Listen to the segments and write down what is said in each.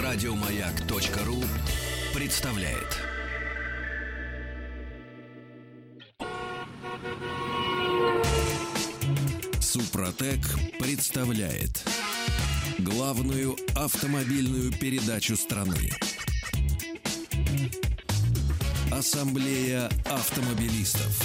Радиомаяк.ру представляет. Супротек представляет главную автомобильную передачу страны. Ассамблея автомобилистов.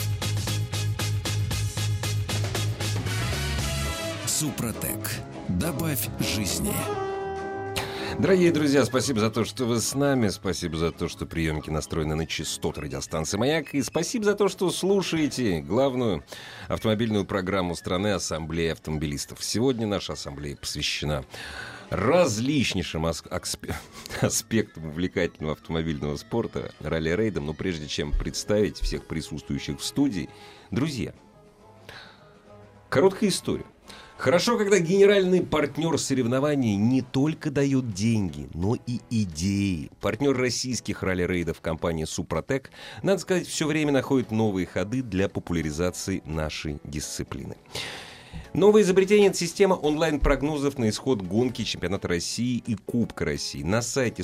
Супротек. Добавь жизни. Дорогие друзья, спасибо за то, что вы с нами. Спасибо за то, что приемники настроены на частоты радиостанции «Маяк». И спасибо за то, что слушаете главную автомобильную программу страны «Ассамблея автомобилистов». Сегодня наша ассамблея посвящена различнейшим аспектам увлекательного автомобильного спорта, ралли-рейдам. Но прежде чем представить всех присутствующих в студии, друзья, короткая история. Хорошо, когда генеральный партнер соревнований не только дает деньги, но и идеи. Партнер российских ралли-рейдов компания «Супротек», надо сказать, все время находит новые ходы для популяризации нашей дисциплины. Новое изобретение — это система онлайн-прогнозов на исход гонки чемпионата России и Кубка России. На сайте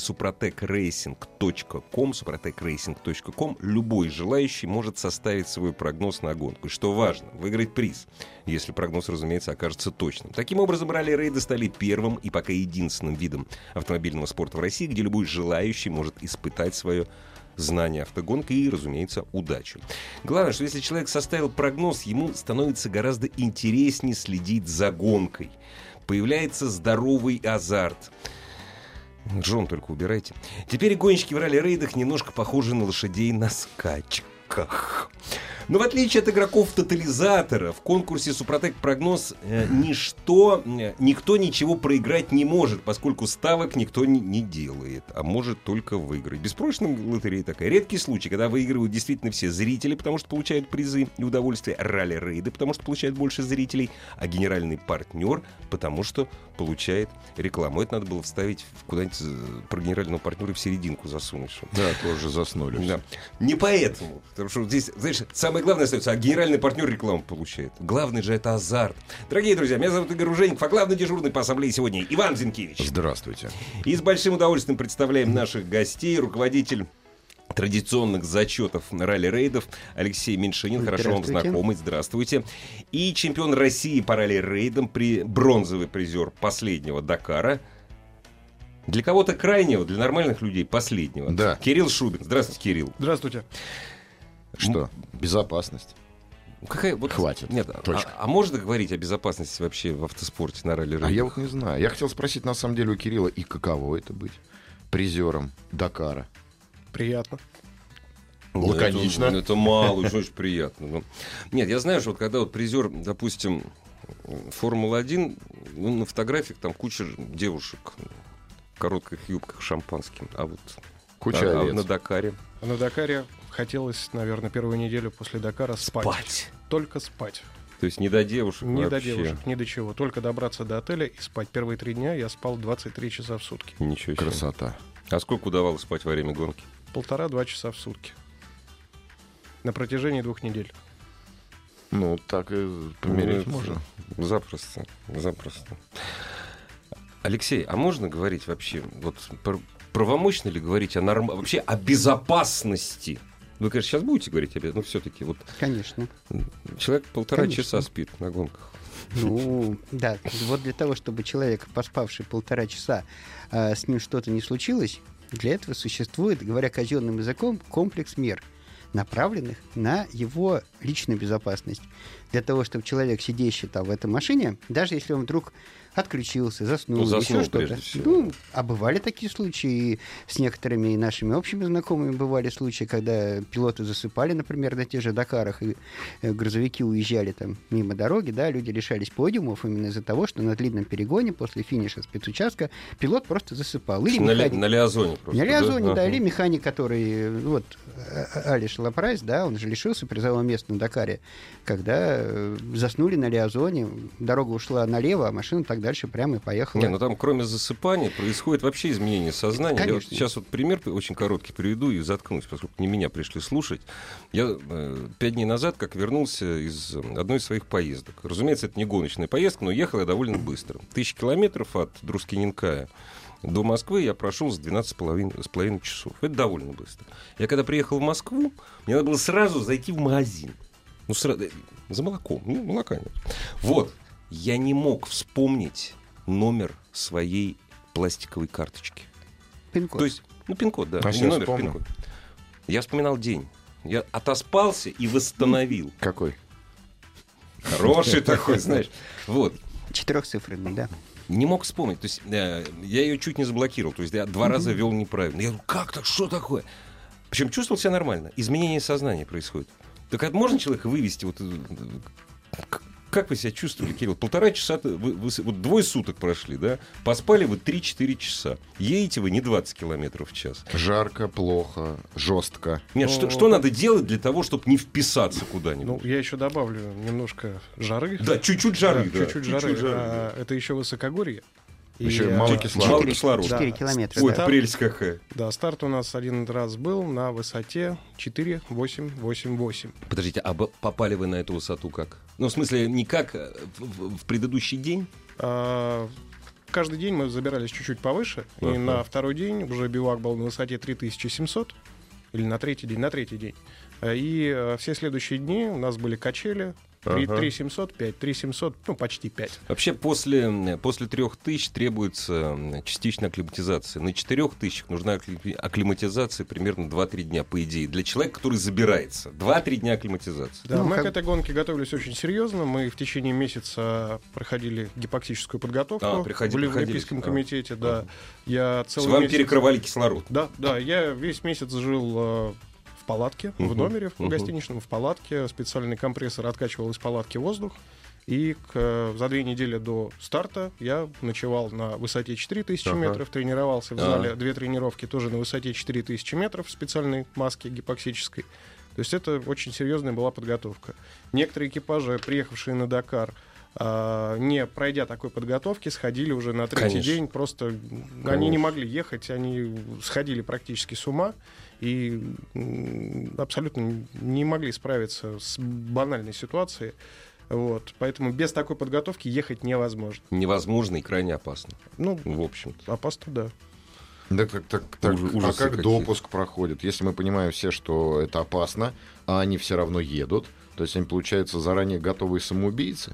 suprotekracing.com любой желающий может составить свой прогноз на гонку. И что важно, выиграть приз, если прогноз, разумеется, окажется точным. Таким образом, ралли-рейды стали первым и пока единственным видом автомобильного спорта в России, где любой желающий может испытать свое знание автогонки и, разумеется, удачу. Главное, что если человек составил прогноз, ему становится гораздо интереснее следить за гонкой. Появляется здоровый азарт. Джон, только убирайте. Теперь гонщики в ралли-рейдах немножко похожи на лошадей на скачках. Но в отличие от игроков-тотализатора, в конкурсе «Супротек Прогноз» никто ничего проиграть не может, поскольку ставок никто не делает, а может только выиграть. Беспроигрышная лотерея такая. Редкий случай, когда выигрывают действительно все зрители, потому что получают призы и удовольствие, ралли-рейды, потому что получают больше зрителей, а генеральный партнер, потому что получает рекламу. Это надо было вставить куда-нибудь про генерального партнера в серединку засунуть. Да, тоже заснули. Да. Не поэтому. Потому что здесь, знаешь, самое главное остается, а генеральный партнер рекламу получает. Главный же это азарт. Дорогие друзья, меня зовут Игорь Ужеников, а главный дежурный по ассамблее сегодня Иван Зинкевич. Здравствуйте. И с большим удовольствием представляем наших гостей. Руководитель традиционных зачетов ралли-рейдов Алексей Меньшинин, хорошо вам знакомый, здравствуйте. И чемпион России по ралли-рейдам, бронзовый призер последнего Дакара. Для кого-то крайнего, для нормальных людей последнего. Да. Кирилл Шубин. Здравствуйте, Кирилл. Здравствуйте. Что? Безопасность. Хватит. Нет, а можно говорить о безопасности вообще в автоспорте на ралли-рейдах? А я вот не знаю. Я хотел спросить, на самом деле, у Кирилла, и каково это быть призером Дакара? Приятно. Лаконично. Это мало, очень приятно. Нет, я знаю, что вот когда вот призер, допустим, Формулы-1, на фотографиях там куча девушек в коротких юбках шампанским. А вот куча овец. На Дакаре? А на Дакаре хотелось, наверное, первую неделю после Дакара спать. Только спать. То есть не до девушек Не вообще? до девушек, ни до чего. Только добраться до отеля и спать. Первые 3 дня я спал 23 часа в сутки. Ничего себе. Красота. А сколько удавалось спать во время гонки? 1,5-2 часа в сутки. На протяжении 2 недель. Ну, так и померить можно. Запросто. Алексей, а можно говорить вообще, вот правомочно ли говорить вообще о безопасности? Вы, конечно, сейчас будете говорить об этом, но все-таки вот... Конечно. Человек 1,5 часа спит на гонках. Ну, да. Вот для того, чтобы человек, поспавший 1,5 часа, с ним что-то не случилось, для этого существует, говоря казенным языком, комплекс мер, направленных на его личную безопасность. Для того, чтобы человек, сидящий там в этой машине, даже если он вдруг отключился, заснул, еще что-то. Ну, а бывали такие случаи, и с некоторыми нашими общими знакомыми бывали случаи, когда пилоты засыпали, например, на тех же Дакарах, и грузовики уезжали там мимо дороги, да, люди лишались подиумов именно из-за того, что на длинном перегоне после финиша спецучастка пилот просто засыпал. Или механик. На Лиазоне просто. На Лиазоне, да, или механик, который, вот, Алиш Лапрайс, да, он же лишился призового места на Дакаре, когда заснули на Лиазоне, дорога ушла налево, а машина так дальше прямо и поехала. Не, ну там кроме засыпания происходит вообще изменение сознания. Конечно. Я вот сейчас вот пример очень короткий приведу и заткнусь, поскольку не меня пришли слушать. Я 5 дней назад как вернулся из одной из своих поездок. Разумеется, это не гоночная поездка, но ехал я довольно быстро. 1000 километров от Друскиненкая До Москвы я прошел с 12,5 часов. Это довольно быстро. Я когда приехал в Москву, мне надо было сразу зайти в магазин. Ну, сразу, за молоком. Ну, молока нет. Вот. Я не мог вспомнить номер своей пластиковой карточки. Пин-код. То есть, пин-код, да. А Не я номер, вспомнил. пин-код. Я вспоминал день. Я отоспался и восстановил. Какой? Хороший такой, знаешь. Вот. Четырехцифренный, да. Не мог вспомнить. То есть я ее чуть не заблокировал. То есть я 2 раза вел неправильно. Я говорю, как так? Что такое? Причем чувствовал себя нормально. Изменение сознания происходит. Так это можно человека вывести? Вот, как вы себя чувствовали, Кирилл? 1,5 часа, вот 2 суток прошли, да? Поспали вы 3-4 часа. Едете вы не 20 километров в час. Жарко, плохо, жестко. Нет, что надо делать для того, чтобы не вписаться куда-нибудь? Ну, я еще добавлю немножко жары. Да, чуть-чуть жары. Да, чуть-чуть жары. Это еще высокогорье. Еще И, мало Мало кислорода. кислорода. 4 Да. километра. Ой, да. прелесть какая. Да, старт у нас один раз был на высоте 4,888. Подождите, а попали вы на эту высоту как? Ну, в смысле, не как в предыдущий день? Каждый день мы забирались чуть-чуть повыше, Ага. и на второй день уже бивак был на высоте 3700, или на третий день. И все следующие дни у нас были качели, 3700, 5, 3700, ну, почти 5. Вообще, после 3000 требуется частичная акклиматизация. На 4000 нужна акклиматизация примерно 2-3 дня, по идее. Для человека, который забирается. 2-3 дня акклиматизации. Да, Ну, мы как- к этой гонке готовились очень серьезно. Мы в течение месяца проходили гипоксическую подготовку в Олимпийском комитете. Да. Я С целый вами месяц... перекрывали кислород. Да, я весь месяц жил в палатке, в номере, в гостиничном, в палатке. Специальный компрессор откачивал из палатки воздух. И за 2 недели до старта я ночевал на высоте 4000 метров, тренировался в зале 2 тренировки тоже на высоте 4000 метров в специальной маске гипоксической. То есть это очень серьезная была подготовка. Некоторые экипажи, приехавшие на Дакар, не пройдя такой подготовки, сходили уже на 3-й день. Просто они не могли ехать, они сходили практически с ума и абсолютно не могли справиться с банальной ситуацией. Вот. Поэтому без такой подготовки ехать невозможно. Невозможно и крайне опасно. Ну, В общем-то. опасно, да. Так, Ужасы а как какие. допуск проходит? Если мы понимаем все, что это опасно, а они все равно едут, то есть они, получается, заранее готовые самоубийцы?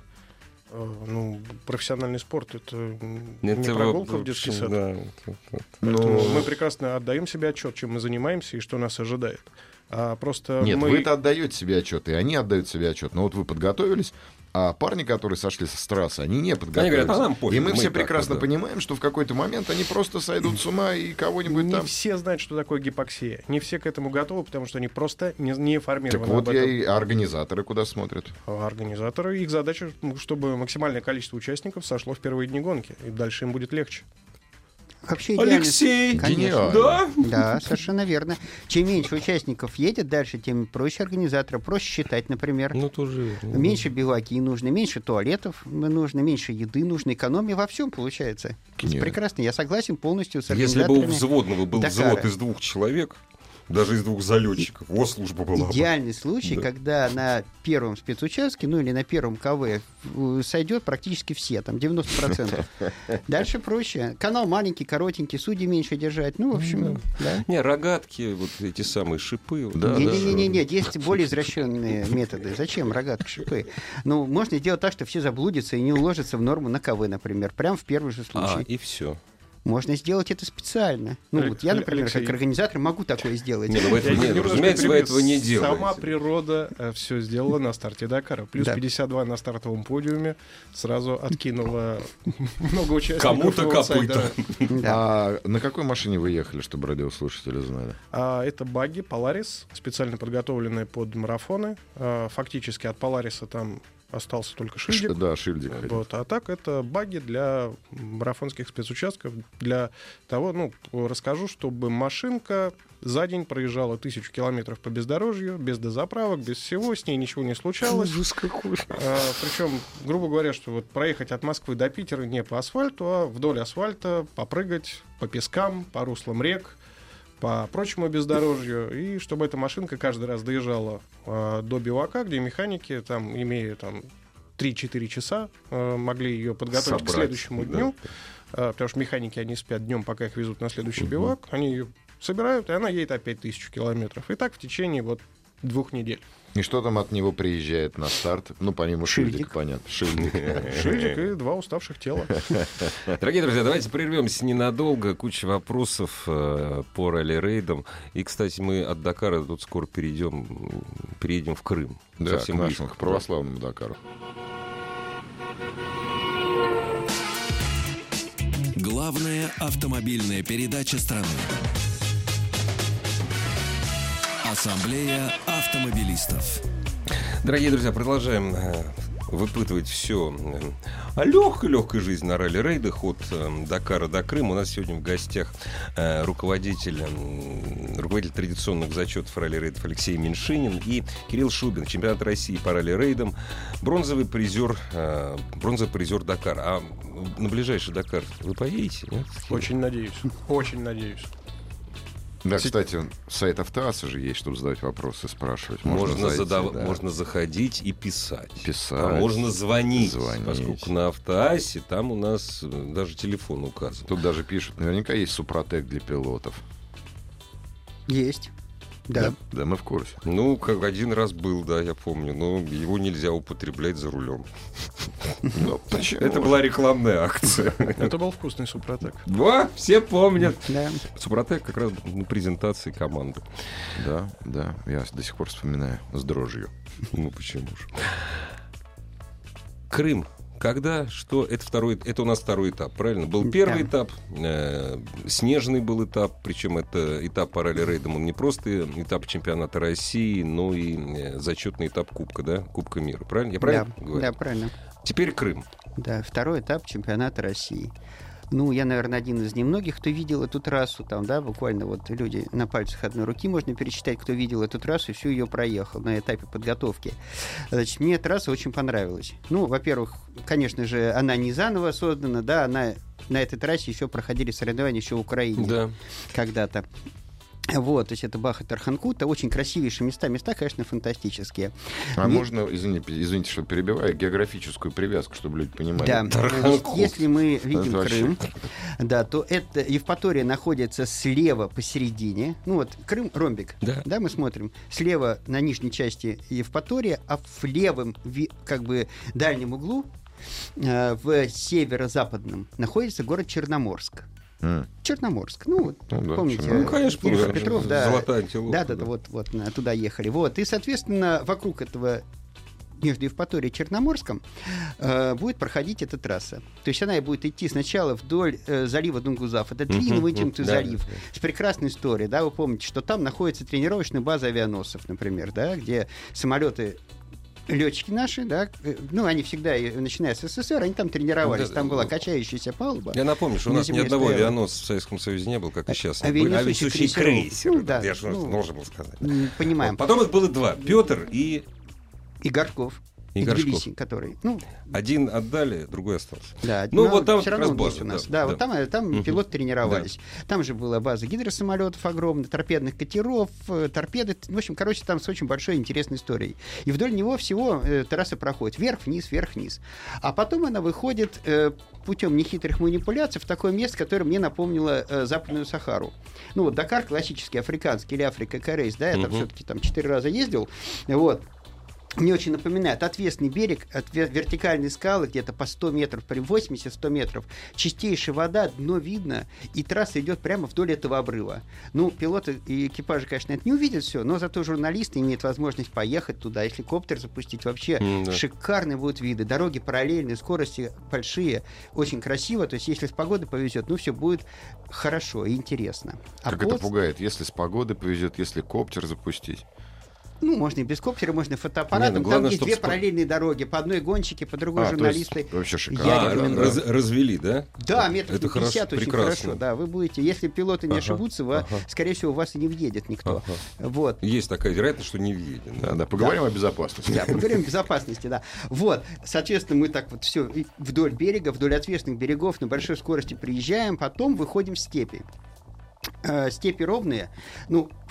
Ну, профессиональный спорт — это не Это прогулка в общем, детский сад. да, Поэтому мы прекрасно отдаем себе отчет, чем мы занимаемся и что нас ожидает. А просто Нет, мы... вы-то отдаете себе отчет, и они отдают себе отчет. Но вот вы подготовились, а парни, которые сошли с трассы, они не подготовились. говорят, а нам пофиг, и мы мы все и так, прекрасно да. понимаем, что в какой-то момент они просто сойдут с ума и кого-нибудь Не там... все знают, что такое гипоксия. Не все к этому готовы, потому что они просто не информированы Так вот, об этом. и организаторы куда смотрят? А организаторы, их задача, чтобы максимальное количество участников сошло в первые дни гонки. И дальше им будет легче. Вообще идеально. Алексей! Конечно. Да? Да, совершенно верно. Чем меньше участников едет дальше, тем проще организатору, проще считать, например. Ну, тоже... Меньше биваки нужно, меньше туалетов нужно, меньше еды нужно, экономия во всем получается. Нет. Прекрасно, я согласен полностью с Если бы у организаторами. взводного был Дакара. взвод из 2 человек, даже из 2 залетчиков, вот служба была бы. Идеальный случай, Да. когда на первом спецучастке, ну или на первом КВ сойдет практически все, там 90%. Дальше проще. Канал маленький, коротенький, судьи меньше держать. Ну, в общем, да. Не, рогатки, вот эти самые шипы. вот, Да, Не-не-не, есть более извращенные методы. Зачем рогатки, шипы? Ну, можно сделать так, что все заблудятся и не уложатся в норму на КВ, например, прям в первый же случай. и все. Можно сделать это специально. Ну, вот я, например, Алексей. как организатор могу такое сделать. Не, ну вы этого Я не, немножко разумеется, вы перебью. этого не делаете. Сама природа все сделала на старте Дакара. Плюс Да. 52 на стартовом подиуме сразу откинула много участников. Кому-то аутсайдера. копыта. Да. А на какой машине вы ехали, чтобы радиослушатели знали? Это багги Polaris, специально подготовленные под марафоны. Фактически от Polaris там остался только шильдик. Да, шильдик. ходил. Вот. А так это баги для марафонских спецучастков. Для того, расскажу, чтобы машинка за день проезжала 1000 километров по бездорожью, без дозаправок, без всего, с ней ничего не случалось. Причем, грубо говоря, что вот проехать от Москвы до Питера не по асфальту, а вдоль асфальта попрыгать по пескам, по руслам рек, по прочему бездорожью, и чтобы эта машинка каждый раз доезжала до бивака, где механики, там, имея там 3-4 часа могли ее подготовить к следующему дню, потому что механики, они спят днем, пока их везут на следующий бивак, они ее собирают, и она едет опять 1000 километров. И так в течение 2 недель. И что там от него приезжает на старт? Ну, помимо шильдика, понятно. Шильдик и 2 уставших тела. Дорогие друзья, давайте прервемся ненадолго. Куча вопросов по ралли-рейдам. И, кстати, мы от Дакара тут скоро перейдем в Крым. Да, к нашему православному Дакару. Главная автомобильная передача страны. Ассамблея автомобилистов. Дорогие друзья, продолжаем выпытывать все о легкой жизни на ралли-рейдах от Дакара до Крыма. У нас сегодня в гостях руководитель традиционных зачетов ралли-рейдов Алексей Меньшинин и Кирилл Шубин, чемпионат России по ралли-рейдам, бронзовый призер Дакара. А на ближайший Дакар вы поедете? Нет? Очень надеюсь. Очень надеюсь. Да, кстати, сайт Автоаса же есть, чтобы задавать вопросы, спрашивать. Можно заходить и писать. А можно звонить, поскольку на Автоасе там у нас даже телефон указан. Тут даже пишут, наверняка есть Супротек для пилотов. Есть. Да, мы в курсе. Ну, как один раз был, да, я помню, но его нельзя употреблять за рулем. Это была рекламная акция. Это был вкусный Супротек. Да, все помнят. Супротек как раз на презентации команды. Да, я до сих пор вспоминаю с дрожью. Ну, почему же? Крым. Когда, что? Это у нас второй этап, правильно? Был первый этап, снежный был этап, причем это этап по ралли-рейдам, он не просто этап чемпионата России, но и зачетный этап Кубка, да? Кубка мира, правильно? Я правильно говорю? Да, правильно. Теперь Крым. Да, второй этап чемпионата России. Ну, я, наверное, один из немногих, кто видел эту трассу. Там, да, буквально вот люди на пальцах одной руки можно пересчитать, кто видел эту трассу и всю ее проехал на этапе подготовки. Значит, мне трасса очень понравилась. Ну, во-первых, конечно же, она не заново создана, да, она на этой трассе еще проходили соревнования еще в Украине когда-то. Вот, то есть это Баха-Тарханкут, это очень красивейшие места, конечно, фантастические. А можно, извините, что перебиваю, географическую привязку, чтобы люди понимали? Да, если мы видим Крым, да, то это Евпатория находится слева посередине, ну вот Крым, ромбик, да, мы смотрим, слева на нижней части Евпатория, а в левом, как бы, дальнем углу, в северо-западном, находится город Черноморск. Черноморск. Помните, конечно, Петров, Золотая антилопа. Да, вот туда ехали. Вот. И, соответственно, вокруг этого между Евпаторией и Черноморском будет проходить эта трасса. То есть она будет идти сначала вдоль залива Дунгузав. Это длинный вытянутый залив с прекрасной историей. Да, вы помните, что там находится тренировочная база авианосцев, например, да, где самолеты... Летчики наши, да, ну, они всегда, начиная с СССР, они там тренировались, там была качающаяся палуба. Я напомню, что у нас ни одного авианосца в Советском Союзе не было, как и сейчас. Авианосущий крейсер. Я же должен был сказать. Понимаем. Потом их было два. Петр и Горшков. Тбилиси, который... один отдали, другой остался. Да, вот там все равно он есть у нас. Да, вот там пилоты тренировались. Там же была база гидросамолетов огромная, торпедных катеров, торпеды. В общем, там с очень большой интересной историей. И вдоль него всего трасса проходит вверх-вниз. А потом она выходит путем нехитрых манипуляций в такое место, которое мне напомнило Западную Сахару. Ну вот Дакар классический, африканский или Африка-Корейс, да, я там все-таки 4 раза ездил. Вот. Мне очень напоминает отвесный берег, вертикальные скалы где-то по 100 метров, при 80-100 метров, чистейшая вода, дно видно, и трасса идет прямо вдоль этого обрыва. Ну, пилоты и экипажи, конечно, это не увидят все, но зато журналисты имеют возможность поехать туда, если коптер запустить, вообще шикарные будут виды, дороги параллельные, скорости большие, очень красиво, то есть если с погодой повезет, все будет хорошо и интересно. Как это пугает, если с погодой повезет, если коптер запустить? Можно и без коптера, можно и фотоаппаратом. Главное, там есть две параллельные дороги. По одной гонщики, по другой журналисты. Вообще шикарно. Развели, да? Да, метров 50 очень прекрасно. хорошо. Да, вы будете, если пилоты не ошибутся, скорее всего, вас и не въедет никто. Вот. Есть такая вероятность, что не въедет. Да, поговорим о безопасности. Да, поговорим о безопасности, да. Вот, соответственно, мы так вот все вдоль берега, вдоль отвесных берегов на большой скорости приезжаем, потом выходим в степи. Степи ровные,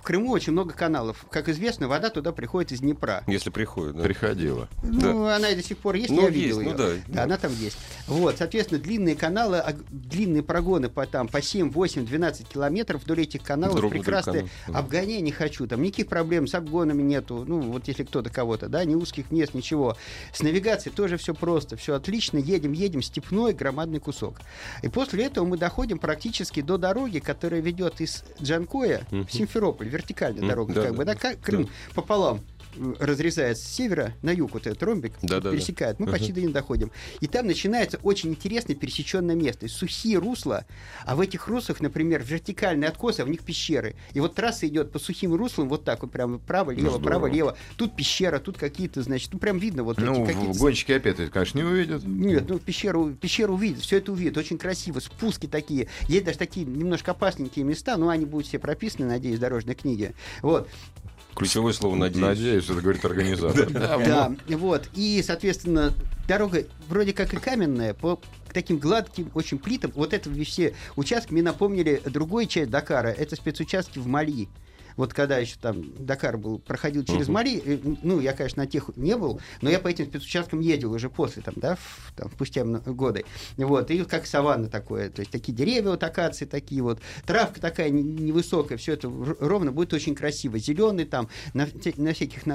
Крыму очень много каналов. Как известно, вода туда приходит из Днепра. Если приходит, да. Приходила. Ну, она и до сих пор есть, Ну, я есть, видел ну ее. да. Она там есть. Вот, соответственно, длинные каналы, длинные прогоны по 7, 8, 12 километров вдоль этих каналов Вдоль прекрасные. канала. Обгоняй не хочу, там никаких проблем с обгонами нету. Ну, вот если кто-то кого-то, да, ни узких мест, ничего. С навигацией тоже все просто, все отлично. Едем, степной громадный кусок. И после этого мы доходим практически до дороги, которая ведет из Джанкоя в Симферополь. Вертикальная дорога, да, как бы, да, Крым пополам разрезается с севера на юг, вот этот ромбик пересекает, мы почти до него доходим. И там начинается очень интересное пересеченное место. Сухие русла, а в этих руслах, например, вертикальные откосы, а в них пещеры. И вот трасса идет по сухим руслам, вот так вот прям право-лево, право-лево. Тут пещера, тут какие-то, значит, ну прям видно вот эти какие-то... Гонщики опять это, конечно, не увидят. Нет, ну пещеру увидят, все это увидят, очень красиво, спуски такие. Есть даже такие немножко опасненькие места, но они будут все прописаны, надеюсь, в дорожной книге. Вот. Ключевое слово «надеюсь». Надеюсь, это говорит организатор. Да, вот. И, соответственно, дорога вроде как и каменная, по таким гладким очень плитам. Вот это все участки мне напомнили другую часть Дакара. Это спецучастки в Мали. Вот когда еще там Дакар проходил через Мали, ну, я, конечно, на тех не был, но я по этим спецучасткам ездил уже после, там, да, спустя годы. Вот, и как саванна такое, то есть такие деревья, вот акации такие вот, травка такая невысокая, все это ровно, будет очень красиво. Зеленый там, на всяких,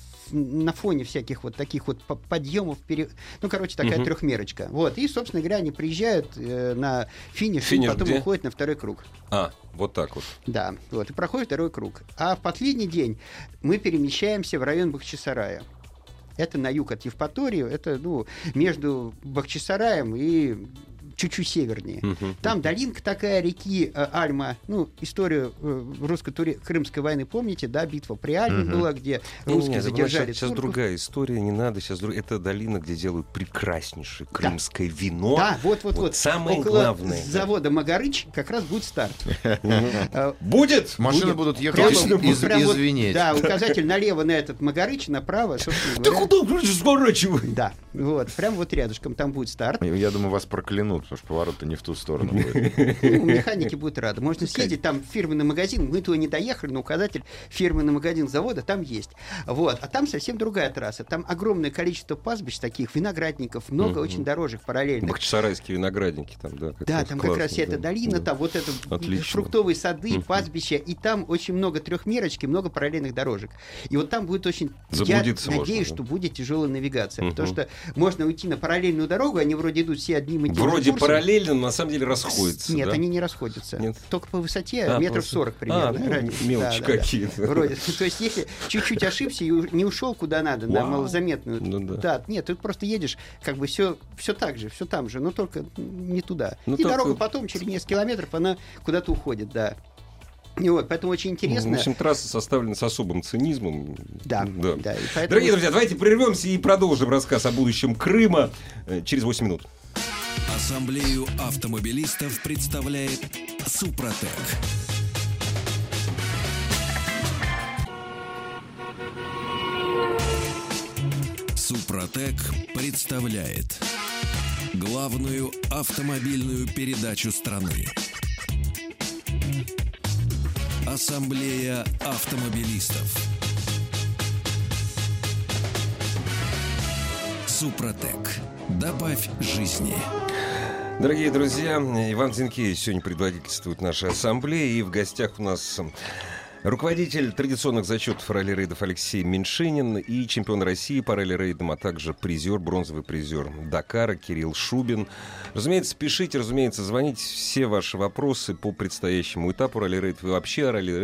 на фоне всяких вот таких вот подъемов, ну, короче, такая трехмерочка. Вот, и, собственно говоря, они приезжают на финиш и потом где? уходят на второй круг. Вот так вот. Да, вот, и проходит второй круг. А в последний день мы перемещаемся в район Бахчисарая. Это на юг от Евпатории, это, ну, между Бахчисараем и чуть-чуть севернее. Там долинка такая реки Альма. Ну, историю русско-крымской войны помните, да? Битва при Альме была, где русские задержали Сейчас другая история, не надо. Это долина, где делают прекраснейшее крымское вино. Да, вот. Самое около главное. завода Магарыч как раз будет старт. Будет? Машины будут ехать извинить. Да, указатель налево на этот Магарыч, направо, собственно Да говоря. куда сворачивай? Да, вот, прямо вот рядышком там будет старт. Я думаю, вас проклянут, потому что поворот-то не в ту сторону будет. Ну, механики будут рады. Можно съездить, там фирменный магазин, мы туда не доехали, но указатель фирменный магазин завода там есть. Вот. А там совсем другая трасса. Там огромное количество пастбищ таких, виноградников, много очень дорожек параллельных. Бахчисарайские виноградники там, да? Да, там как раз вся эта долина, там вот это фруктовые сады, пастбища, и там очень много трехмерочки, много параллельных дорожек. И вот там будет очень... Я надеюсь, что будет тяжелая навигация, потому что можно уйти на параллельную дорогу, они вроде идут все одним и тем же Вроде курсом. параллельно, но на самом деле расходятся. Нет, да? они не расходятся. Нет? Только по высоте метров 40 примерно. Мелочи какие-то. Вроде. То есть, если чуть-чуть ошибся и не ушел куда надо, на малозаметную. Да, нет, ты просто едешь, как бы все так же, все там же, но только не туда. И дорога потом, через несколько километров, она куда-то уходит, да. И вот, поэтому очень интересно. В общем, трасса составлена с особым цинизмом. Да. Поэтому... Дорогие друзья, давайте прервемся и продолжим рассказ о будущем Крыма через 8 минут. Ассамблею автомобилистов представляет Супротек. Супротек представляет главную автомобильную передачу страны. Ассамблея автомобилистов. Супротек. Добавь жизни. Дорогие друзья, Иван Зинкевич сегодня предводительствует нашей ассамблеи. И в гостях у нас руководитель традиционных зачетов ралли-рейдов Алексей Меньшинин и чемпион России по ралли-рейдам, а также бронзовый призер Дакара Кирилл Шубин. Разумеется, пишите, звоните. Все ваши вопросы по предстоящему этапу ралли-рейдов и вообще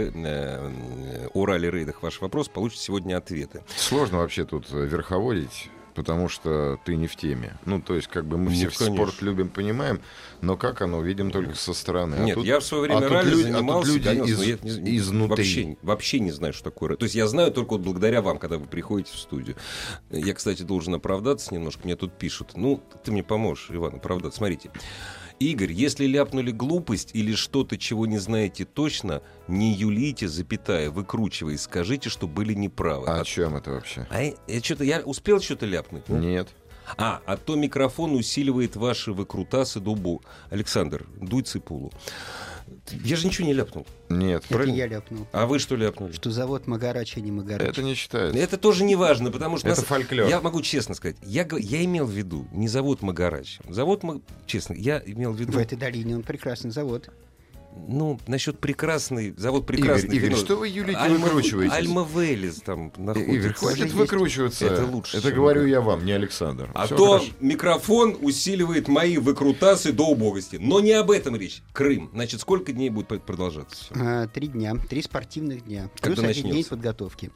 о ралли-рейдах ваши вопросы получите сегодня ответы. Сложно вообще тут верховодить, потому что ты не в теме. Ну, то есть, как бы мы все спорт любим, понимаем, но как оно, видим только со стороны. Нет, я в свое время ралли занимался, изнутри. Вообще не знаю, что такое. То есть я знаю только вот благодаря вам, когда вы приходите в студию. Я, кстати, должен оправдаться немножко. Мне тут пишут. Ну, ты мне поможешь, Иван, оправдаться. Смотрите. Игорь, если ляпнули глупость или что-то, чего не знаете точно, не юлите, выкручивая, скажите, что были неправы. А о чем это вообще? Я успел что-то ляпнуть? Нет. А то микрофон усиливает ваши выкрутасы дубу. Александр, дуй ципулу. Я же ничего не ляпнул. Нет, Это я ляпнул. А вы что ляпнули? Что завод Магарач, а не Магарач. это не считается. Это тоже не важно, потому что... Это фольклор. Я могу честно сказать, я имел в виду не завод Магарач. Честно, я имел в виду... В этой долине он прекрасный завод. Ну, насчет прекрасный, завод прекрасный. Игорь, что вы, Юлик, выкручиваетесь? Альма-Велес там находится. Игорь, хватит выкручиваться. Это лучше. Это говорю я вам, не Александр. А Всё то хорошо. микрофон усиливает мои выкрутасы до убогости. Но не об этом речь. Крым. Значит, сколько дней будет продолжаться? 3 дня, 3 спортивных дня. Когда Плюс 1 день начнется? подготовки.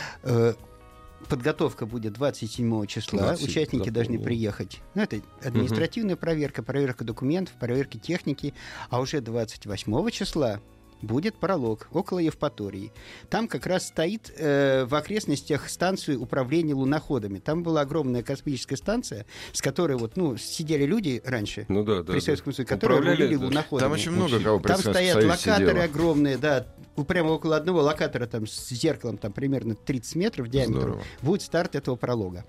Подготовка будет 27 числа. 20, Участники должны запомнил. приехать. Ну, это административная проверка, проверка документов, проверка техники. А уже 28 числа будет пролог около Евпатории. Там как раз стоит в окрестностях станция управления луноходами. Там была огромная космическая станция, с которой сидели люди раньше Ну да, при Советском Союзе, которые рулили луноходами. Там очень много кого при Там Советском стоят Союзе локаторы сидело. огромные, да. Прямо около одного локатора там с зеркалом там примерно 30 метров диаметром Здорово. будет старт этого пролога.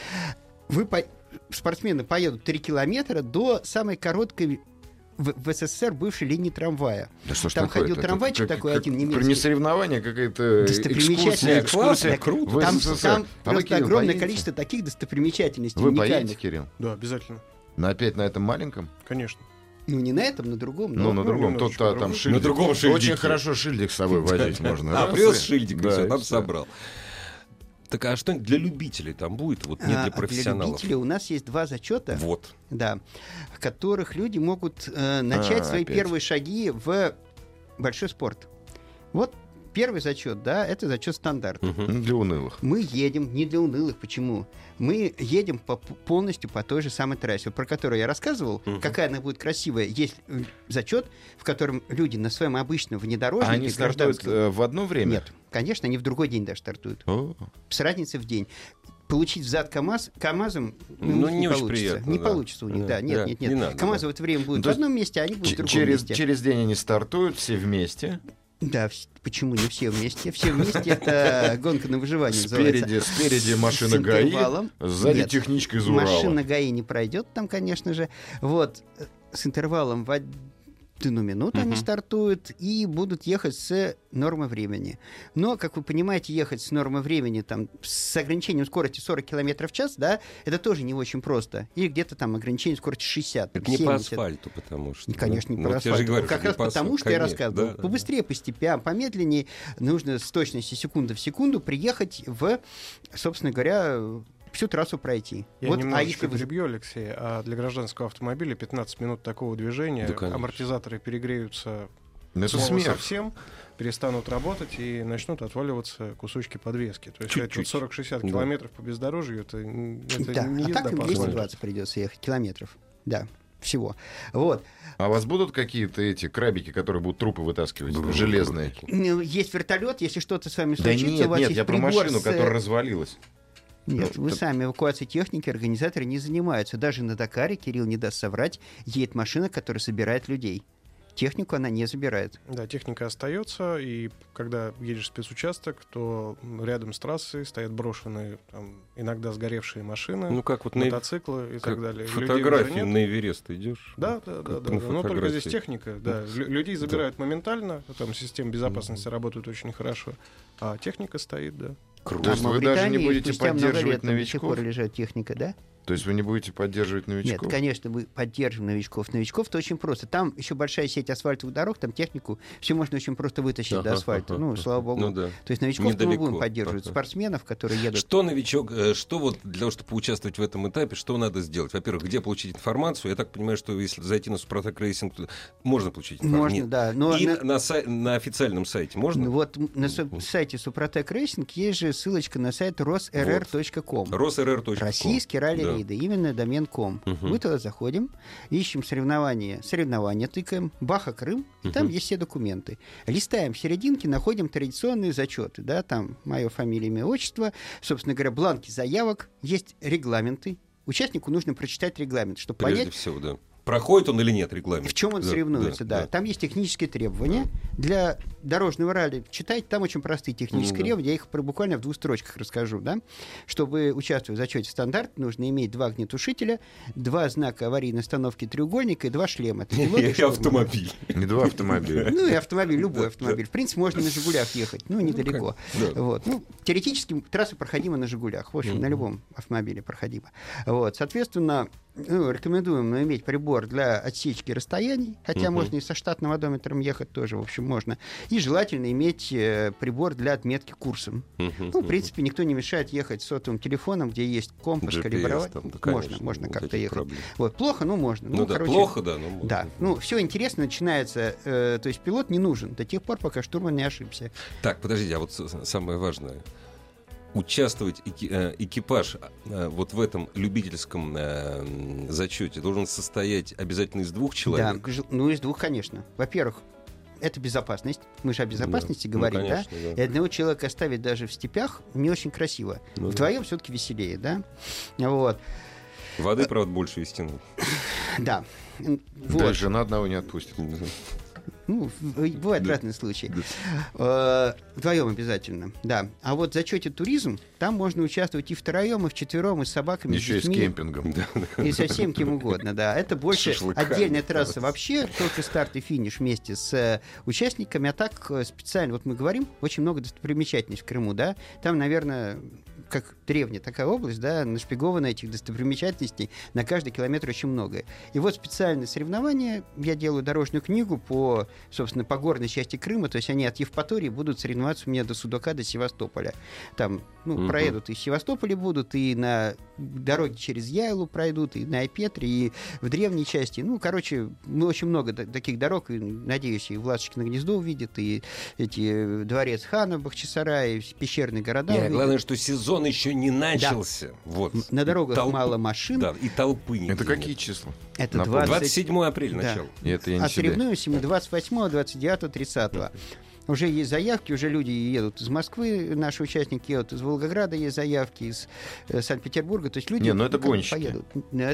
Спортсмены поедут 3 километра до самой короткой в СССР бывшей линии трамвая. Да что ж Там такое-то? ходил Это трамвайчик такой один немецкий. Не соревнование, какая-то Достопримечательность. экскурсия. Круто. В Там СССР. просто А вы, Кирилл, огромное поедете? количество таких достопримечательностей Вы уникальных. поедете, Кирилл? Да, обязательно. Опять на этом маленьком? Конечно. Ну, не на этом, на другом. Ну, на другом. Тут немножечко там другой. шильдик. На другом шильдике. Очень хорошо шильдик с собой возить можно. А, Раз, привез и- шильдик, и да, все, и там всё. собрал. Так а что для любителей там будет? Вот не для Для профессионалов. любителей у нас есть 2 зачета. Вот. Да, в которых люди могут начать свои опять. первые шаги в большой спорт. Вот первый зачет, да, это зачет стандарт. Ну, для унылых. Мы едем не для унылых. Почему? Мы едем полностью по той же самой трассе, про которую я рассказывал. Какая она будет красивая. Есть зачет, в котором люди на своем обычном внедорожнике... А они стартуют гражданском- в одно время? Нет, конечно, они в другой день даже стартуют. О, С разницей в день. Получить взад КамАЗом Ну, не не очень получится. приятно, Не да. получится у них, да. Да, Нет, да, нет, не нет. надо, КамАЗ да. в это время будет То в есть одном месте, а они будут в другом месте. через день они стартуют все вместе. Да, почему не все вместе? Все вместе — это гонка на выживание называется. Спереди машина С ГАИ, интервалом. сзади Нет, техничка из Урала. Машина ГАИ не пройдет там, конечно же. Вот, с интервалом в 1 минуту они стартуют и будут ехать с нормой времени. Но, как вы понимаете, ехать с нормой времени там, с ограничением скорости 40 км в час, да, это тоже не очень просто. Или где-то там ограничение скорости 60, Это не 70. по асфальту, потому что... И, конечно, не Ну, по вот я же асфальту. говорю, Как что не раз по потому, асфальту, что я конечно, рассказывал. да, да. Побыстрее, по степям, помедленнее, нужно с точностью секунды в секунду приехать в, собственно говоря, всю трассу пройти. Я Вот, немножечко если вы- перебью, Алексей. А для гражданского автомобиля 15 минут такого движения, Да, конечно. амортизаторы перегреются Это слово смерть. совсем, перестанут работать и начнут отваливаться кусочки подвески. То есть это Чуть-чуть. 40-60 Да. километров по бездорожью, это Да, не а езда так им по асфальту. 220 придется ехать километров. Да, всего. Вот. А у вас будут какие-то эти крабики, которые будут трупы вытаскивать? Железные? Есть вертолет, если что-то с вами Да случится, у нет, вас нет, есть я про прибор машину, с- которая развалилась. Нет, Ну, вы так- сами эвакуацией техники организаторы не занимаются. Даже на Дакаре, Кирилл не даст соврать, едет машина, которая собирает людей. Технику она не забирает. Да, техника остается, и когда едешь в спецучасток, то рядом с трассой стоят брошенные, там, иногда сгоревшие машины, Ну, как вот на мотоциклы и как так далее. Людей фотографии уже нет. на Эверест идешь. Да. Как Но на только фотографии. здесь техника, да. Людей забирают моментально, там системы безопасности работают очень хорошо, а техника стоит, да. Круто. То есть А в вы даже не Мавритании будете спустя много поддерживать лет там до сих пор новичков? лежит техника, да? То есть вы не будете поддерживать новичков? Нет, конечно, мы поддерживаем новичков. Новичков-то очень просто. Там еще большая сеть асфальтовых дорог, там технику все можно очень просто вытащить до асфальта. Ну, слава богу. Ну да. То есть новичков мы Недалеко. будем поддерживать. Ага. Спортсменов, которые едут. Что новичок, что вот для того, чтобы поучаствовать в этом этапе, что надо сделать? Во-первых, где получить информацию? Я так понимаю, что если зайти на Супротек Рейсинг, то можно получить информацию? Можно, Нет. да. Но И на- на официальном сайте можно? Вот на сайте Супротек Рейсинг есть же ссылочка на сайт rosrr.com. Росрр.ком. Российский ралли-рейды, именно домен .com. Мы туда заходим, ищем соревнования тыкаем, Баха, Крым, и там есть все документы. Листаем в серединке, находим традиционные зачеты, да, там мое фамилия, имя, отчество, собственно говоря, бланки заявок, есть регламенты. Участнику нужно прочитать регламент, чтобы Прежде понять, всего, да. проходит он или нет регламент. В чем он соревнуется, да. Там есть технические требования. Для дорожного ралли читайте, там очень простые технические требования. Я их буквально в 2 строчках расскажу. Да? Чтобы участвовать в зачете стандарт, нужно иметь 2 огнетушителя, 2 знака аварийной остановки треугольника и 2 шлема. И автомобиль. Не 2 автомобиля. Ну и автомобиль, любой автомобиль. В принципе, можно на «Жигулях» ехать, недалеко. Вот. Теоретически трасса проходима на «Жигулях». В общем, на любом автомобиле проходима. Вот. Соответственно, рекомендуем иметь прибор для отсечки расстояний, хотя можно и со штатным одометром ехать тоже, в общем, можно. И желательно иметь прибор для отметки курсом. В принципе, никто не мешает ехать с сотовым телефоном, где есть компас, калибровать. Можно как-то ехать. Вот. Плохо, можно. Короче, плохо, да. Да. Все интересно начинается, то есть пилот не нужен до тех пор, пока штурман не ошибся. Так, подождите, а вот самое важное. Участвовать экипаж вот в этом любительском зачете должен состоять обязательно из 2 человек? Да, из 2, конечно. Во-первых, это безопасность. Мы же о безопасности говорим, конечно, да? И одного человека оставить даже в степях не очень красиво. Вдвоем все-таки веселее, да? Вот. Воды, правда, больше вести надо. Да. Да, жена одного не отпустит. Бывают разные случаи. Вдвоем обязательно, да. А вот в зачете туризм, там можно участвовать и втроем, и вчетвером, и с собаками, еще и с детьми. И с кемпингом. И со всем кем угодно, да. Это больше отдельная трасса вообще, только старт и финиш вместе с участниками. А так специально, вот мы говорим, очень много достопримечательностей в Крыму, да. Там, наверное, как древняя такая область, да, нашпигована этих достопримечательностей, на каждый километр очень много. И вот специальные соревнования, я делаю дорожную книгу по, собственно, по горной части Крыма, то есть они от Евпатории будут соревноваться у меня до Судака, до Севастополя. Там, проедут и в Севастополе будут, и на дороге через Яйлу пройдут, и на Айпетре, и в древней части. Очень много таких дорог, и, надеюсь, и Власочкино гнездо увидят, и эти дворец хана Бахчисарай, пещерные города увидят. Главное, что сезон еще не начался. Да. Вот. На дорогах мало машин. Да, и толпы нет. Это какие числа? Это 27 апреля начало. Да. Соревнуемся мы 28, 29, 30. Уже есть заявки, уже люди едут из Москвы, наши участники едут из Волгограда, есть заявки из Санкт-Петербурга, то есть люди это гонщики. Поедут.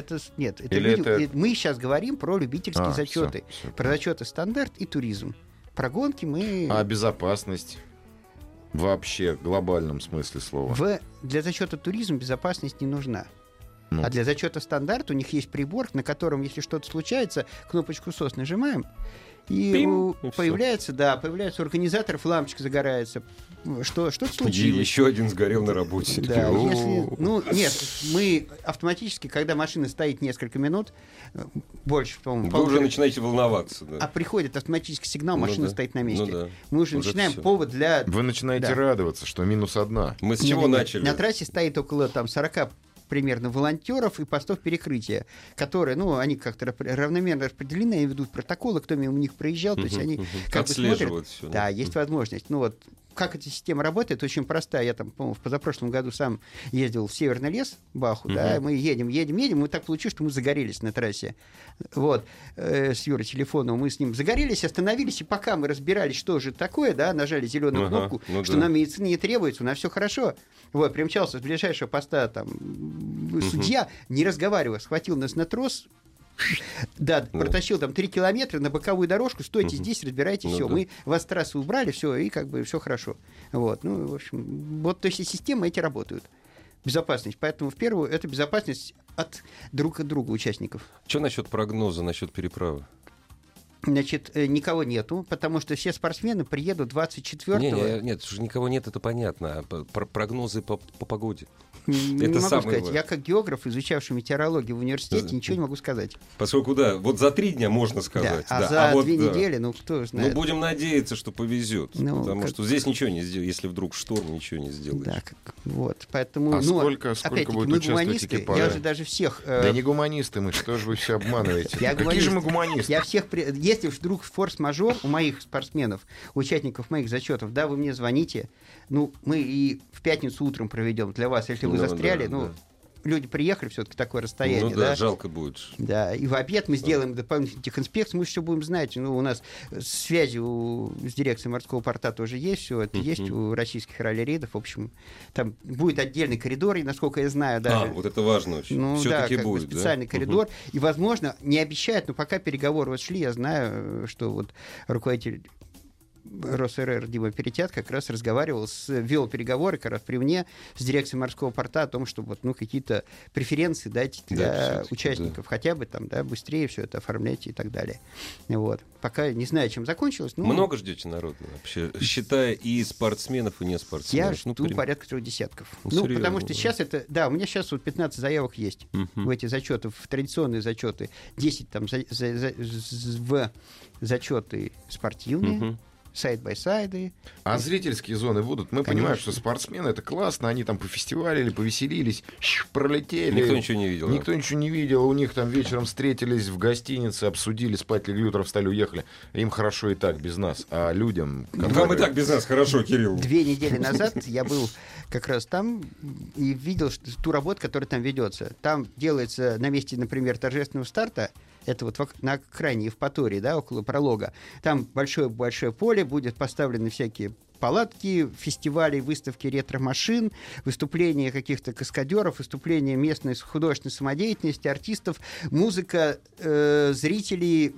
Мы сейчас говорим про любительские зачеты, про зачеты стандарт и туризм. Про гонки мы... А безопасность? Вообще, в глобальном смысле слова. Для зачета туризм безопасность не нужна. А для зачета стандарт у них есть прибор, на котором, если что-то случается, кнопочку SOS нажимаем, и появляется у организаторов лампочка загорается. Что-то случилось. И еще один сгорел на работе. Да, нет, мы автоматически, когда машина стоит несколько минут, больше, по-моему... Вы уже начинаете волноваться. Да. А приходит автоматический сигнал, машина стоит на месте. Мы уже начинаем повод для... Вы начинаете радоваться, что -1. Мы с чего начали? На трассе стоит около 40 примерно волонтеров и постов перекрытия, которые, они как-то равномерно распределены, они ведут протоколы, кто мимо них проезжал, то есть они как бы смотрят. Все, да, есть возможность. Как эта система работает, очень простая. Я там, по-моему, в позапрошлом году сам ездил в Северный лес, Баху, да, мы едем, и так получилось, что мы загорелись на трассе. Вот, с Юрой Телефоновым мы с ним загорелись, остановились, и пока мы разбирались, что же такое, да, нажали зеленую кнопку, что нам медицина не требуется, у нас все хорошо. Вот, примчался с ближайшего поста там судья, не разговаривая, схватил нас на трос, протащил там 3 километра на боковую дорожку, стойте здесь, разбирайте все. Мы вас с трассы убрали, все, и как бы все хорошо. Вот, в общем, то есть системы эти работают. Безопасность. Поэтому в первую это безопасность друг от друга участников. Что насчет прогноза, насчет переправы? Значит, никого нету, потому что все спортсмены приедут 24-го. Нет, что никого нет, это понятно. Прогнозы по погоде. Не могу сказать. Я как географ, изучавший метеорологию в университете, ничего не могу сказать. Поскольку, вот за 3 дня можно сказать. Да, за 2 недели, кто знает. Будем надеяться, что повезет. Потому что здесь ничего не сделать. Если вдруг шторм, ничего не сделаешь. Да, поэтому... сколько будет участвовать экипажа? Я же даже всех... Да не гуманисты мы, что же вы все обманываете? Какие же мы гуманисты? Я всех... Если вдруг форс-мажор у моих спортсменов, участников моих зачетов, вы мне звоните. Мы и в пятницу утром проведем для вас. Если вы застряли, люди приехали, все-таки такое расстояние. Ну да, жалко будет. Да, и в обед мы сделаем дополнительных инспекций, мы все будем знать. Ну, у нас связи с дирекцией морского порта тоже есть, все это есть у российских ралли-рейдов. В общем, там будет отдельный коридор, и, насколько я знаю, да. Вот это важно очень. Ну, Все-таки да, будет, специальный коридор. И, возможно, не обещают, но пока переговоры вот шли, я знаю, что вот руководитель РосРР Дима Перетят как раз вел переговоры как раз при мне с дирекцией морского порта о том, чтобы вот, какие-то преференции дать для участников, хотя бы там, да, быстрее все это оформлять и так далее. Вот. Пока не знаю, чем закончилось. Много ждете народу вообще, считая и спортсменов, и не спортсменов? Я жду порядка 3 десятков. Серьезно? Потому что сейчас это... Да, у меня сейчас вот 15 заявок есть в эти зачеты, в традиционные зачеты. 10 там в зачеты спортивные. Сайд-бай-сайды. А зрительские зоны будут? Мы понимаем, что спортсмены — это классно, они там пофестивалили, повеселились, пролетели. Никто ничего не видел. Никто ничего не видел. У них там вечером встретились в гостинице, обсудили, спать легли, утром встали, уехали. Им хорошо и так, без нас. А людям... Вам и так без нас хорошо, Кирилл. 2 недели назад я был как раз там и видел ту работу, которая там ведется. Там делается на месте, например, торжественного старта, это вот на окраине Евпатории, да, около пролога. Там большое поле, будут поставлены всякие палатки, фестивали, выставки ретро-машин, выступления каких-то каскадеров, выступления местной художественной самодеятельности, артистов, музыка, зрителей.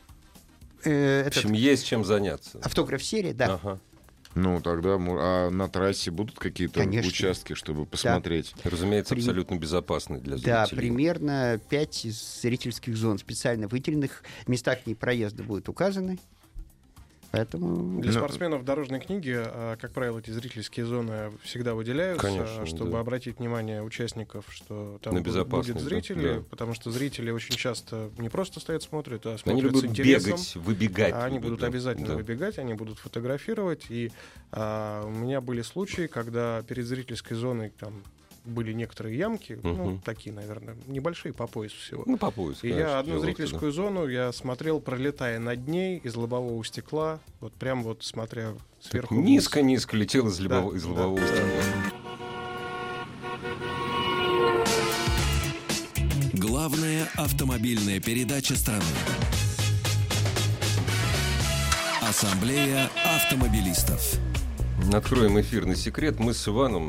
В общем, есть чем заняться. Автограф-серия, да. Ага. Ну, тогда на трассе будут какие-то участки, чтобы посмотреть? Да. Разумеется, абсолютно безопасны для зрителей. Да, примерно 5 зрительских зон, специально выделенных. Места к ней проезда будут указаны. Поэтому... Для спортсменов дорожной книги, как правило, эти зрительские зоны всегда выделяются, конечно, чтобы обратить внимание участников, что там будет зрители, потому что зрители очень часто не просто стоят, смотрят, а смотрят с интересом. Бегать, выбегать. Они будут обязательно выбегать, они будут фотографировать. И у меня были случаи, когда перед зрительской зоной там были некоторые ямки, такие, наверное, небольшие, по поясу всего. Ну, по поясу, и я одну зрительскую зону я смотрел, пролетая над ней из лобового стекла, вот прям вот смотря сверху. Низко-низко летел из лобового стекла. Главная автомобильная передача страны. Ассамблея автомобилистов. Откроем эфирный секрет. Мы с Иваном...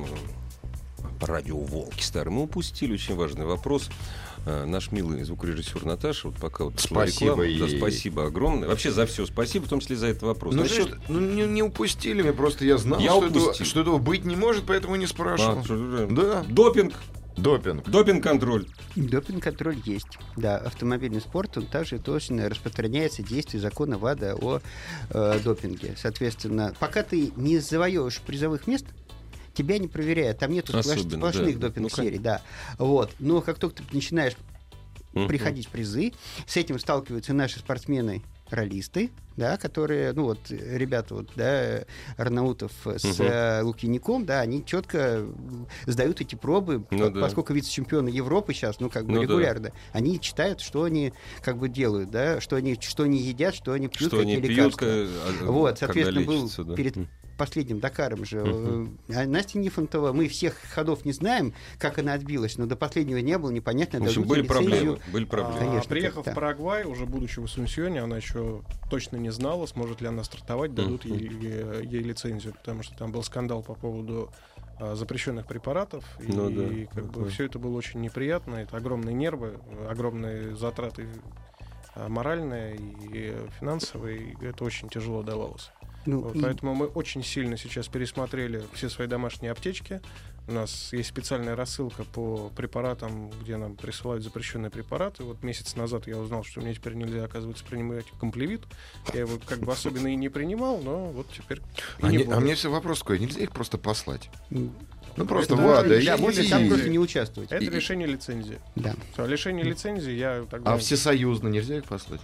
Радио «Волки» старый. Мы упустили очень важный вопрос. Наш милый звукорежиссер Наташа, вот пока вот спасибо ей. Да, спасибо огромное. Вообще за все спасибо, в том числе за этот вопрос. Не упустили меня, просто я знал, что этого быть не может, поэтому не спрашивал. Да. Допинг. Допинг-контроль. Допинг-контроль есть. Да, автомобильный спорт, он также точно распространяется действие закона ВАДА о допинге. Соответственно, пока ты не завоевываешь призовых мест, тебя не проверяют, там нету сплошных допинг-серий, да. Вот. Но как только ты начинаешь приходить в призы, с этим сталкиваются наши спортсмены-раллисты, да, которые, ребята, Арнаутов с Лукьяником, да, они четко сдают эти пробы, поскольку вице-чемпионы Европы сейчас, регулярно, они читают, что они делают, да, что они едят, что они пьют, какие лекарства. Вот, соответственно, был перед последним Дакаром же Настя Нифонтова, мы всех ходов не знаем, как она отбилась, но до последнего не было, непонятно. В общем, были проблемы. Конечно, приехав в Парагвай, уже будучи в Асунсьоне, она еще точно не знала, сможет ли она стартовать, дадут ей лицензию, потому что там был скандал по поводу запрещенных препаратов, и все это было очень неприятно, это огромные нервы, огромные затраты моральные и финансовые, и это очень тяжело давалось. Поэтому мы очень сильно сейчас пересмотрели все свои домашние аптечки. У нас есть специальная рассылка по препаратам, где нам присылают запрещенные препараты. Вот месяц назад я узнал, что мне теперь нельзя, оказывается, принимать комплевит. Я его бы и не принимал, но вот теперь а мне все вопрос такой, нельзя их просто послать? Просто ВАДА. Да, можно там просто не участвовать. Это лишение лицензии. Да. Лишение лицензии я тогда... А всесоюзно нельзя их послать?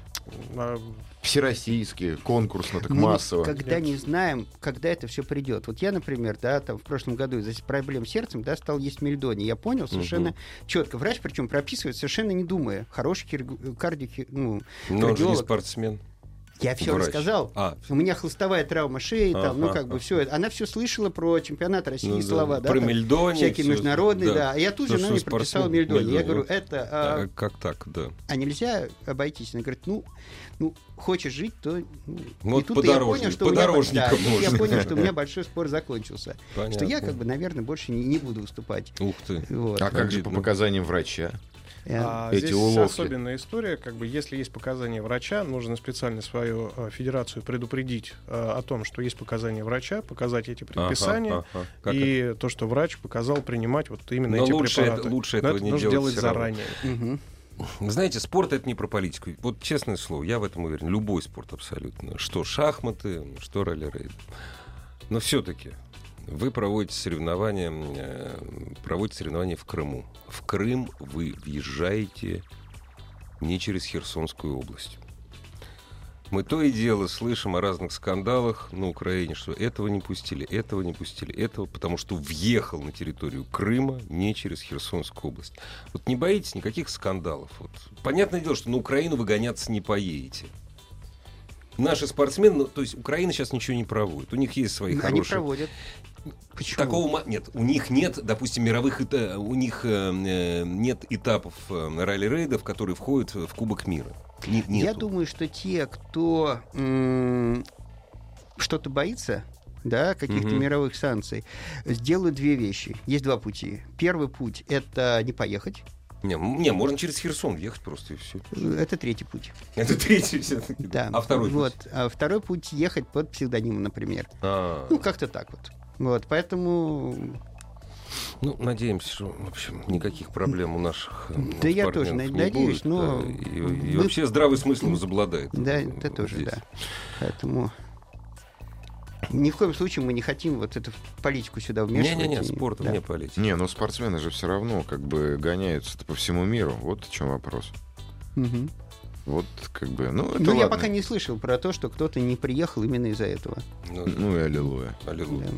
Всероссийские, конкурсно, так массово. Мы никогда не знаем, когда это все придет. Вот я, например, в прошлом году из-за проблем с сердцем стал есть мельдоний. Я понял совершенно четко. Врач, причем, прописывает совершенно не думая. Хороший кардиолог. Но он же не спортсмен. Я все рассказал. У меня хлыстовая травма шеи, все. Она все слышала про чемпионат России, слова, про Мельдони. Всякие международные, да. А я тут же мне прописал Мельдони. Я говорю, это... Как так, да. А нельзя обойтись? Она говорит, хочешь жить, то... Вот подорожником я понял, что у меня большой спор закончился. Что я, наверное, больше не буду выступать. Ух ты. А как же по показаниям врача? Здесь особенная история. Если есть показания врача, нужно специально свою федерацию предупредить о том, что есть показания врача, показать эти предписания и то, что врач показал принимать вот именно эти препараты. Лучше этого не нужно делать заранее. Знаете, спорт — это не про политику. Вот честное слово, я в этом уверен. Любой спорт абсолютно. Что шахматы, что ралли-рейд. Но все-таки вы проводите соревнования в Крыму. В Крым вы въезжаете не через Херсонскую область. Мы то и дело слышим о разных скандалах на Украине, что этого не пустили, потому что въехал на территорию Крыма не через Херсонскую область. Вот не боитесь никаких скандалов? Вот. Понятное дело, что на Украину вы гоняться не поедете. Наши спортсмены, то есть Украина сейчас ничего не проводит. У них есть свои хорошие... Они проводят. Почему? Такого нет. У них нет, допустим, у них нет этапов ралли-рейдов, которые входят в Кубок мира. Я думаю, что те, кто что-то боится, каких-то мировых санкций, сделают две вещи. Есть два пути. Первый путь — это не поехать. Не, можно через Херсон ехать просто и все. Это третий путь. Это третий? Да. А второй путь? А второй путь — ехать под псевдонимом, например. Как-то так вот. Поэтому... надеемся, что, в общем, никаких проблем у наших да я тоже надеюсь, но... И вообще здравый смысл возобладает. Да, это тоже, здесь. Да. Поэтому... Ни в коем случае мы не хотим вот эту политику сюда вмешивать. Не, спорт вне политики. Но спортсмены же все равно гоняются по всему миру. Вот в чем вопрос. Вот это ладно. Я пока не слышал про то, что кто-то не приехал именно из-за этого. И аллилуйя. Да.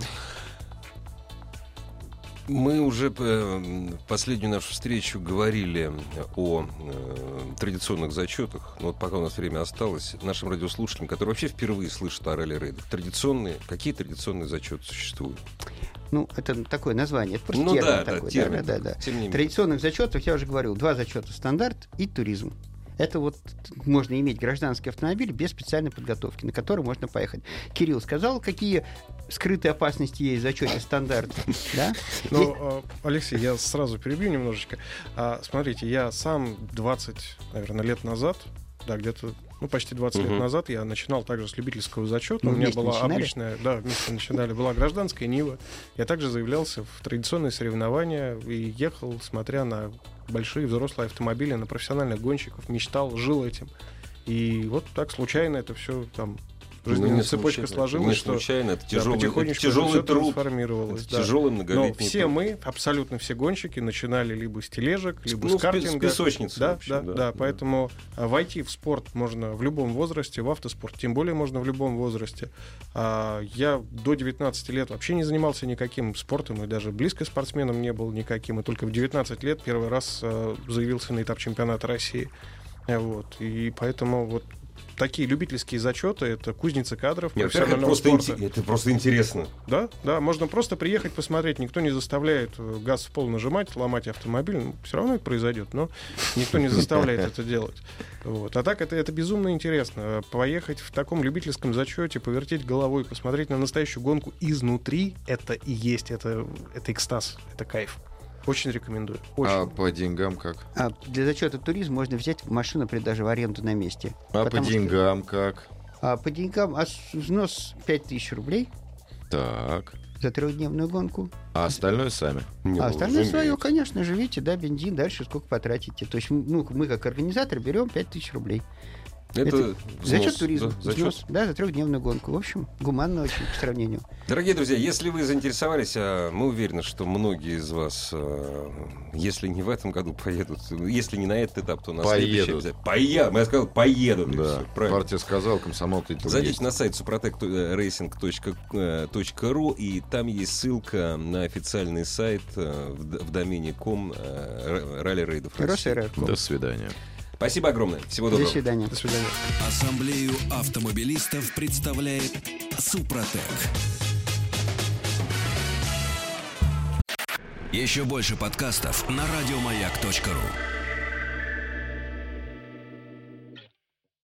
Мы уже последнюю нашу встречу говорили о традиционных зачетах. Но вот пока у нас время осталось, нашим радиослушателям, которые вообще впервые слышат о ралли-рейдах, какие традиционные зачеты существуют? Это такое название. Это просто термин такой. Термин. Традиционных зачетов, я уже говорил, 2 зачета: стандарт и туризм. Это можно иметь гражданский автомобиль без специальной подготовки, на который можно поехать. Кирилл сказал, какие скрытые опасности есть в зачете стандарт. Да? Алексей, я сразу перебью немножечко. Смотрите, я сам 20, наверное, лет назад, где-то почти 20 лет назад я начинал также с любительского зачета. У меня была обычная, вместе начинали, была гражданская Нива. Я также заявлялся в традиционные соревнования и ехал, смотря на большие взрослые автомобили, на профессиональных гонщиков, мечтал, жил этим. И вот так случайно это все жизненная цепочка сложилась, что это тяжелый труд, трансформировалось. Тяжелый многолетний труд. Но все мы, абсолютно все гонщики, начинали либо с тележек, либо с картинга. С песочницы. Да, поэтому войти в спорт можно в любом возрасте, в автоспорт тем более можно в любом возрасте. Я до 19 лет вообще не занимался никаким спортом и даже близко спортсменом не был никаким. И только в 19 лет первый раз заявился на этап чемпионата России. И поэтому такие любительские зачеты — это кузница кадров профессионального спорта. Это просто интересно. Да, можно просто приехать посмотреть. Никто не заставляет газ в пол нажимать, ломать автомобиль. Все равно это произойдет, но никто не заставляет это делать. А так это безумно интересно. Поехать в таком любительском зачете, повертеть головой, посмотреть на настоящую гонку изнутри — это и есть, это экстаз, это кайф. Очень рекомендую. А по деньгам как? Для зачета туризм можно взять машину даже в аренду на месте. А по деньгам как? По деньгам взнос 5000 рублей. Так. За 3-дневную гонку. А остальное сами? Остальное свое, конечно, живите, бензин, дальше сколько потратите. То есть мы как организатор берем 5000 рублей. Это зачет туризма. За 3-дневную гонку. В общем, гуманно очень по сравнению. Дорогие друзья, если вы заинтересовались, мы уверены, что многие из вас, если не в этом году поедут, если не на этот этап, то на следующий обязательно. Я сказал, поедут. Да. Партия сказала, комсомол ответил. Зайдите на сайт suprotectracing.ru, и там есть ссылка на официальный сайт в домене .com ралли-рейдов России. До свидания. Спасибо огромное. Всего доброго. До свидания. До свидания. Ассамблею автомобилистов представляет Супротек. Еще больше подкастов на радиомаяк.ру.